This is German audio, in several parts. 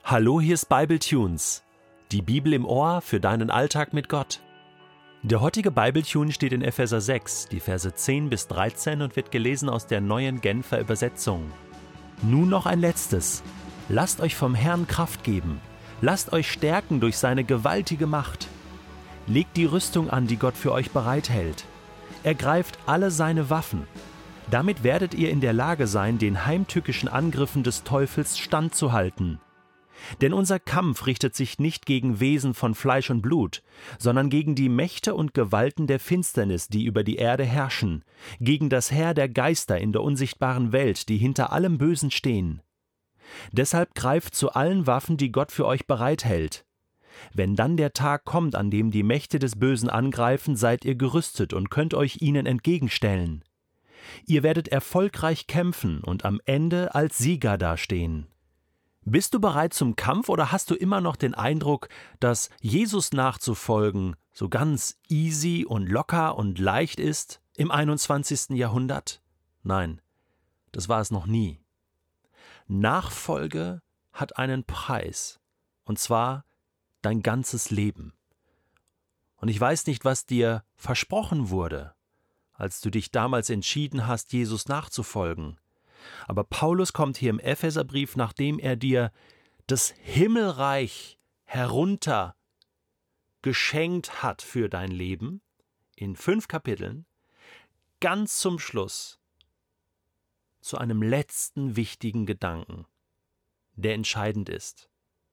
Hallo, hier ist Bibletunes, die Bibel im Ohr für deinen Alltag mit Gott. Der heutige Bibletune steht in Epheser 6, die Verse 10 bis 13 und wird gelesen aus der neuen Genfer Übersetzung. Nun noch ein letztes. Lasst euch vom Herrn Kraft geben. Lasst euch stärken durch seine gewaltige Macht. Legt die Rüstung an, die Gott für euch bereithält. Ergreift alle seine Waffen. Damit werdet ihr in der Lage sein, den heimtückischen Angriffen des Teufels standzuhalten. Denn unser Kampf richtet sich nicht gegen Wesen von Fleisch und Blut, sondern gegen die Mächte und Gewalten der Finsternis, die über die Erde herrschen, gegen das Heer der Geister in der unsichtbaren Welt, die hinter allem Bösen stehen. Deshalb greift zu allen Waffen, die Gott für euch bereithält. Wenn dann der Tag kommt, an dem die Mächte des Bösen angreifen, seid ihr gerüstet und könnt euch ihnen entgegenstellen. Ihr werdet erfolgreich kämpfen und am Ende als Sieger dastehen. Bist du bereit zum Kampf oder hast du immer noch den Eindruck, dass Jesus nachzufolgen so ganz easy und locker und leicht ist im 21. Jahrhundert? Nein, das war es noch nie. Nachfolge hat einen Preis, und zwar dein ganzes Leben. Und ich weiß nicht, was dir versprochen wurde, als du dich damals entschieden hast, Jesus nachzufolgen. Aber Paulus kommt hier im Epheserbrief, nachdem er dir das Himmelreich herunter geschenkt hat für dein Leben, in 5 Kapiteln, ganz zum Schluss zu einem letzten wichtigen Gedanken, der entscheidend ist.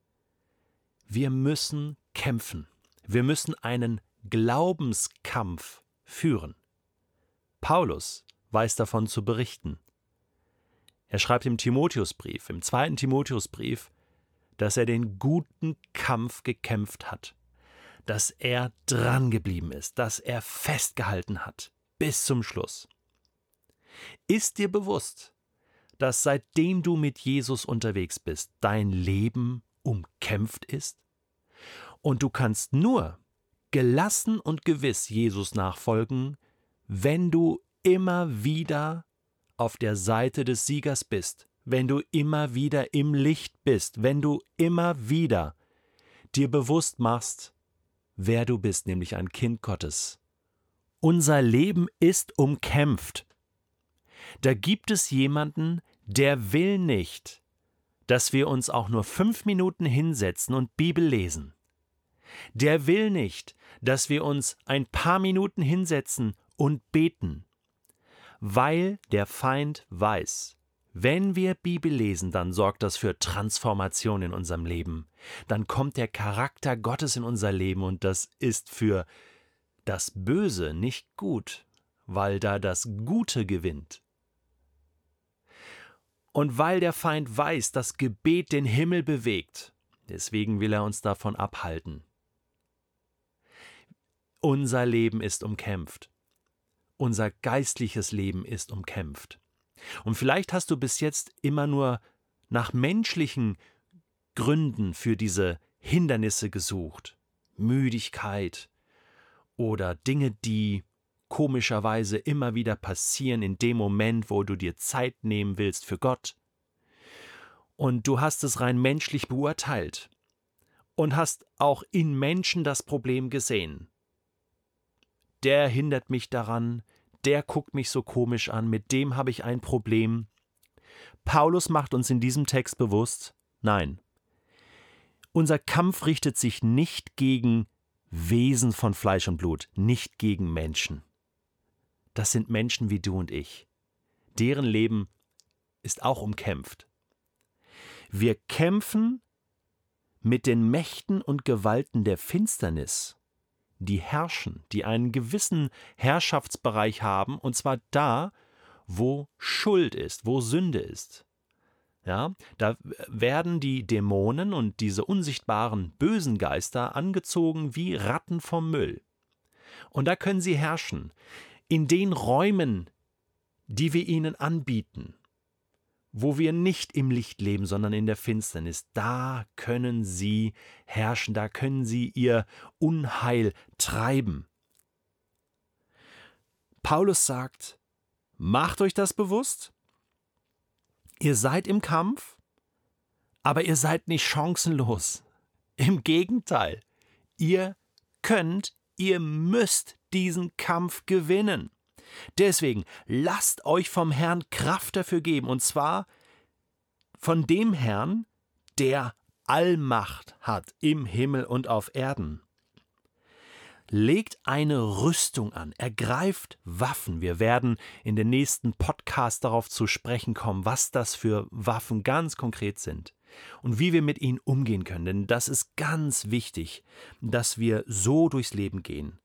Wir müssen kämpfen. Wir müssen einen Glaubenskampf führen. Paulus weiß davon zu berichten. Er schreibt im Timotheusbrief, im 2. Timotheusbrief, dass er den guten Kampf gekämpft hat, dass er dran geblieben ist, dass er festgehalten hat, bis zum Schluss. Ist dir bewusst, dass seitdem du mit Jesus unterwegs bist, dein Leben umkämpft ist? Und du kannst nur gelassen und gewiss Jesus nachfolgen, wenn du immer wieder auf der Seite des Siegers bist, wenn du immer wieder im Licht bist, wenn du immer wieder dir bewusst machst, wer du bist, nämlich ein Kind Gottes. Unser Leben ist umkämpft. Da gibt es jemanden, der will nicht, dass wir uns auch nur 5 Minuten hinsetzen und Bibel lesen. Der will nicht, dass wir uns ein paar Minuten hinsetzen und beten. Weil der Feind weiß, wenn wir Bibel lesen, dann sorgt das für Transformation in unserem Leben. Dann kommt der Charakter Gottes in unser Leben und das ist für das Böse nicht gut, weil da das Gute gewinnt. Und weil der Feind weiß, dass Gebet den Himmel bewegt, deswegen will er uns davon abhalten. Unser Leben ist umkämpft. Unser geistliches Leben ist umkämpft. Und vielleicht hast du bis jetzt immer nur nach menschlichen Gründen für diese Hindernisse gesucht. Müdigkeit oder Dinge, die komischerweise immer wieder passieren in dem Moment, wo du dir Zeit nehmen willst für Gott. Und du hast es rein menschlich beurteilt und hast auch in Menschen das Problem gesehen. Der hindert mich daran, der guckt mich so komisch an, mit dem habe ich ein Problem. Paulus macht uns in diesem Text bewusst, nein, unser Kampf richtet sich nicht gegen Wesen von Fleisch und Blut, nicht gegen Menschen. Das sind Menschen wie du und ich. Deren Leben ist auch umkämpft. Wir kämpfen mit den Mächten und Gewalten der Finsternis, die herrschen, die einen gewissen Herrschaftsbereich haben, und zwar da, wo Schuld ist, wo Sünde ist. Ja, da werden die Dämonen und diese unsichtbaren bösen Geister angezogen wie Ratten vom Müll. Und da können sie herrschen, in den Räumen, die wir ihnen anbieten, wo wir nicht im Licht leben, sondern in der Finsternis, da können sie herrschen, da können sie ihr Unheil treiben. Paulus sagt, macht euch das bewusst, ihr seid im Kampf, Aber ihr seid nicht chancenlos. Im Gegenteil, ihr müsst diesen Kampf gewinnen. Deswegen lasst euch vom Herrn Kraft dafür geben, und zwar von dem Herrn, der Allmacht hat im Himmel und auf Erden. Legt eine Rüstung an, ergreift Waffen. Wir werden in den nächsten Podcast darauf zu sprechen kommen, was das für Waffen ganz konkret sind und wie wir mit ihnen umgehen können. Denn das ist ganz wichtig, dass wir so durchs Leben gehen.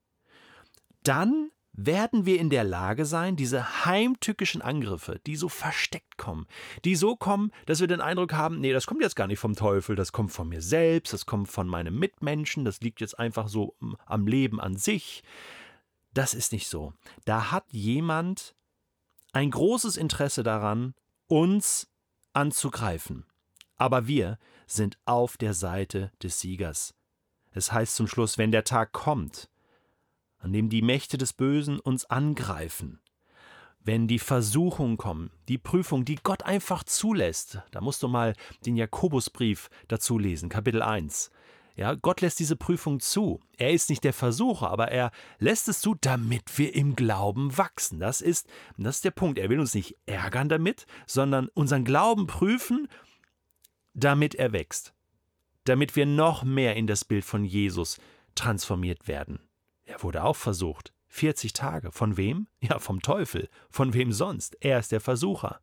Dann werden wir in der Lage sein, diese heimtückischen Angriffe, die so versteckt kommen, die so kommen, dass wir den Eindruck haben, nee, das kommt jetzt gar nicht vom Teufel, das kommt von mir selbst, das kommt von meinem Mitmenschen, das liegt jetzt einfach so am Leben an sich. Das ist nicht so. Da hat jemand ein großes Interesse daran, uns anzugreifen. Aber wir sind auf der Seite des Siegers. Es heißt zum Schluss, wenn der Tag kommt, an dem die Mächte des Bösen uns angreifen, wenn die Versuchungen kommen, die Prüfung, die Gott einfach zulässt, da musst du mal den Jakobusbrief dazu lesen, Kapitel 1. Ja, Gott lässt diese Prüfung zu. Er ist nicht der Versucher, aber er lässt es zu, damit wir im Glauben wachsen. Das ist der Punkt. Er will uns nicht ärgern damit, sondern unseren Glauben prüfen, damit er wächst, damit wir noch mehr in das Bild von Jesus transformiert werden. Er wurde auch versucht. 40 Tage. Von wem? Ja, vom Teufel. Von wem sonst? Er ist der Versucher.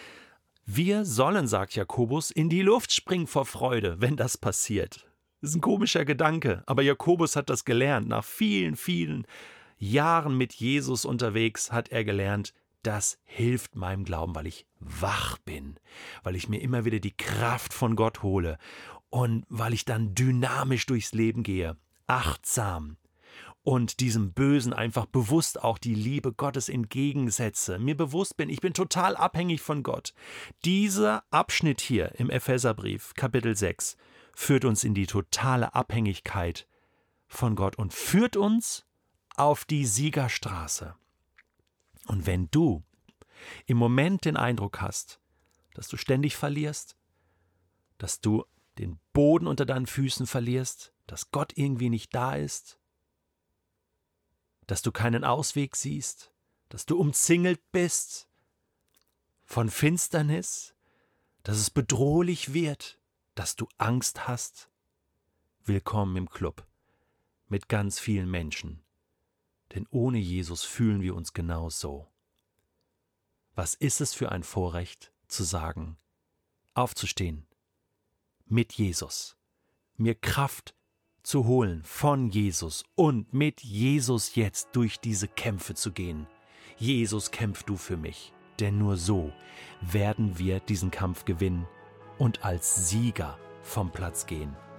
Wir sollen, sagt Jakobus, in die Luft springen vor Freude, wenn das passiert. Das ist ein komischer Gedanke, aber Jakobus hat das gelernt. Nach vielen, vielen Jahren mit Jesus unterwegs hat er gelernt, das hilft meinem Glauben, weil ich wach bin, weil ich mir immer wieder die Kraft von Gott hole und weil ich dann dynamisch durchs Leben gehe, achtsam, und diesem Bösen einfach bewusst auch die Liebe Gottes entgegensetze, mir bewusst bin, ich bin total abhängig von Gott. Dieser Abschnitt hier im Epheserbrief, Kapitel 6, führt uns in die totale Abhängigkeit von Gott und führt uns auf die Siegerstraße. Und wenn du im Moment den Eindruck hast, dass du ständig verlierst, dass du den Boden unter deinen Füßen verlierst, dass Gott irgendwie nicht da ist, dass du keinen Ausweg siehst, dass du umzingelt bist von Finsternis, dass es bedrohlich wird, dass du Angst hast. Willkommen im Club mit ganz vielen Menschen, denn ohne Jesus fühlen wir uns genau so. Was ist es für ein Vorrecht, zu sagen, aufzustehen, mit Jesus, mir Kraft zu holen von Jesus und mit Jesus jetzt durch diese Kämpfe zu gehen. Jesus, kämpf du für mich, denn nur so werden wir diesen Kampf gewinnen und als Sieger vom Platz gehen.